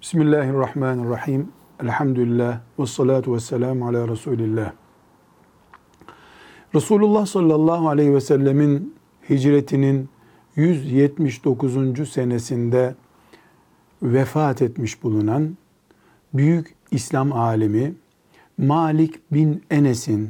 Bismillahirrahmanirrahim. Elhamdülillah ve salatu ve selamu ala Resulillah. Resulullah sallallahu aleyhi ve sellemin hicretinin 179. senesinde vefat etmiş bulunan büyük İslam alimi Malik bin Enes'in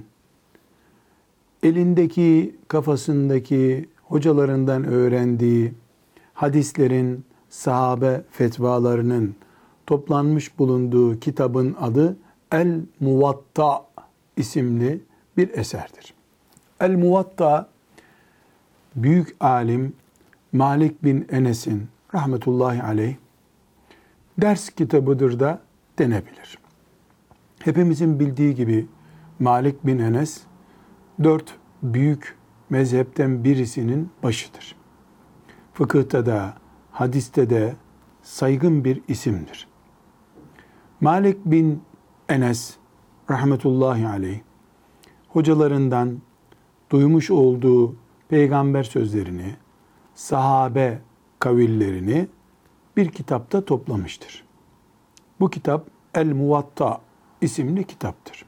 elindeki, kafasındaki, hocalarından öğrendiği hadislerin, sahabe fetvalarının toplanmış bulunduğu kitabın adı El-Muvatta isimli bir eserdir. El-Muvatta, büyük alim Malik bin Enes'in rahmetullahi aleyh ders kitabıdır da denebilir. Hepimizin bildiği gibi Malik bin Enes 4 büyük mezhepten birisinin başıdır. Fıkıhta da, hadiste de saygın bir isimdir. Malik bin Enes rahmetullahi aleyh hocalarından duymuş olduğu peygamber sözlerini, sahabe kavillerini bir kitapta toplamıştır. Bu kitap El-Muvatta isimli kitaptır.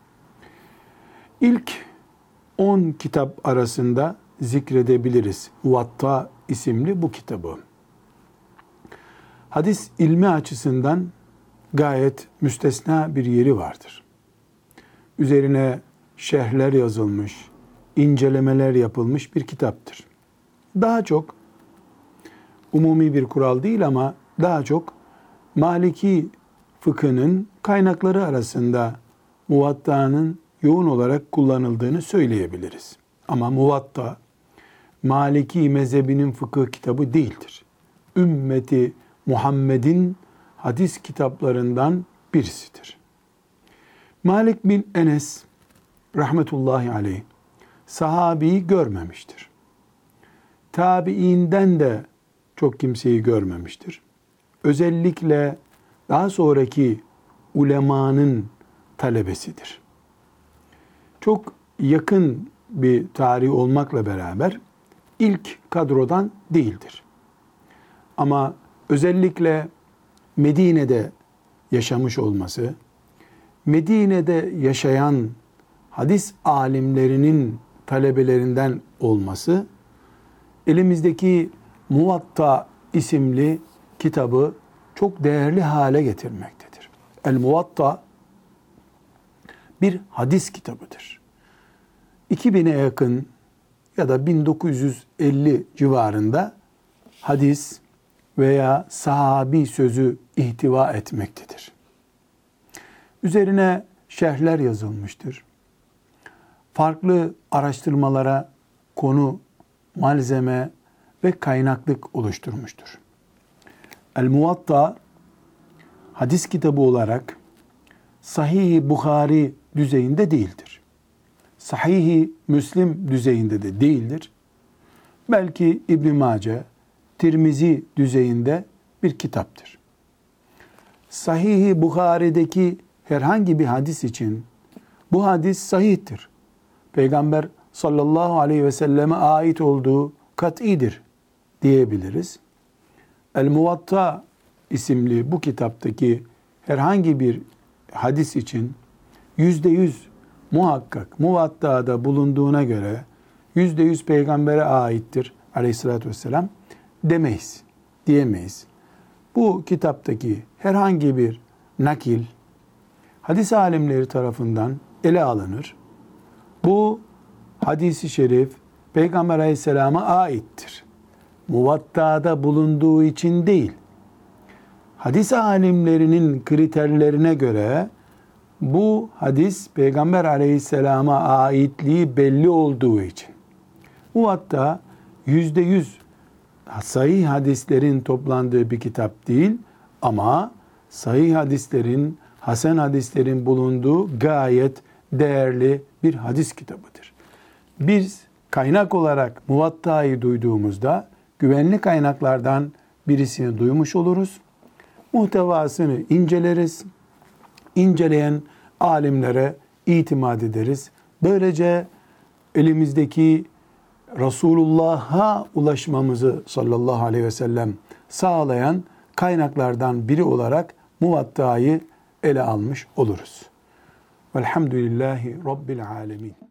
İlk 10 kitap arasında zikredebiliriz Muvatta isimli bu kitabı. Hadis ilmi açısından gayet müstesna bir yeri vardır. Üzerine şerhler yazılmış, incelemeler yapılmış bir kitaptır. Daha çok, umumi bir kural değil ama daha çok Maliki fıkhının kaynakları arasında Muvatta'nın yoğun olarak kullanıldığını söyleyebiliriz. Ama Muvatta, Maliki mezhebinin fıkıh kitabı değildir. Ümmeti Muhammed'in hadis kitaplarından birisidir. Malik bin Enes rahmetullahi aleyh sahabeyi görmemiştir. Tabiinden de çok kimseyi görmemiştir. Özellikle daha sonraki ulemanın talebesidir. Çok yakın bir tarih olmakla beraber ilk kadrodan değildir. Ama özellikle Medine'de yaşamış olması, Medine'de yaşayan hadis alimlerinin talebelerinden olması, elimizdeki Muvatta isimli kitabı çok değerli hale getirmektedir. El-Muvatta bir hadis kitabıdır. 2000'e yakın ya da 1950 civarında hadis veya sahabi sözü ihtiva etmektedir. Üzerine şerhler yazılmıştır. Farklı araştırmalara konu, malzeme ve kaynaklık oluşturmuştur. El-Muvatta hadis kitabı olarak Sahih-i Bukhari düzeyinde değildir. Sahih-i Müslim düzeyinde de değildir. Belki İbn Mace, Tirmizi düzeyinde bir kitaptır. Sahih-i Bukhari'deki herhangi bir hadis için bu hadis sahihtir. Peygamber sallallahu aleyhi ve selleme ait olduğu kat'idir diyebiliriz. El-Muvatta isimli bu kitaptaki herhangi bir hadis için %100 muhakkak Muvatta'da bulunduğuna göre %100 peygambere aittir aleyhissalatü vesselam demeyiz, diyemeyiz. Bu kitaptaki herhangi bir nakil hadis alimleri tarafından ele alınır. Bu hadisi şerif Peygamber aleyhisselama aittir. Muvatta'da bulunduğu için değil, hadis alimlerinin kriterlerine göre bu hadis Peygamber aleyhisselama aitliği belli olduğu için. Muvatta %100 sahih hadislerin toplandığı bir kitap değil ama sahih hadislerin, hasen hadislerin bulunduğu gayet değerli bir hadis kitabıdır. Biz kaynak olarak Muvatta'yı duyduğumuzda güvenli kaynaklardan birisini duymuş oluruz. Muhtevasını inceleriz. İnceleyen alimlere itimat ederiz. Böylece elimizdeki Resulullah'a ulaşmamızı sallallahu aleyhi ve sellem sağlayan kaynaklardan biri olarak Muvatta'yı ele almış oluruz. Velhamdülillahi Rabbil alemin.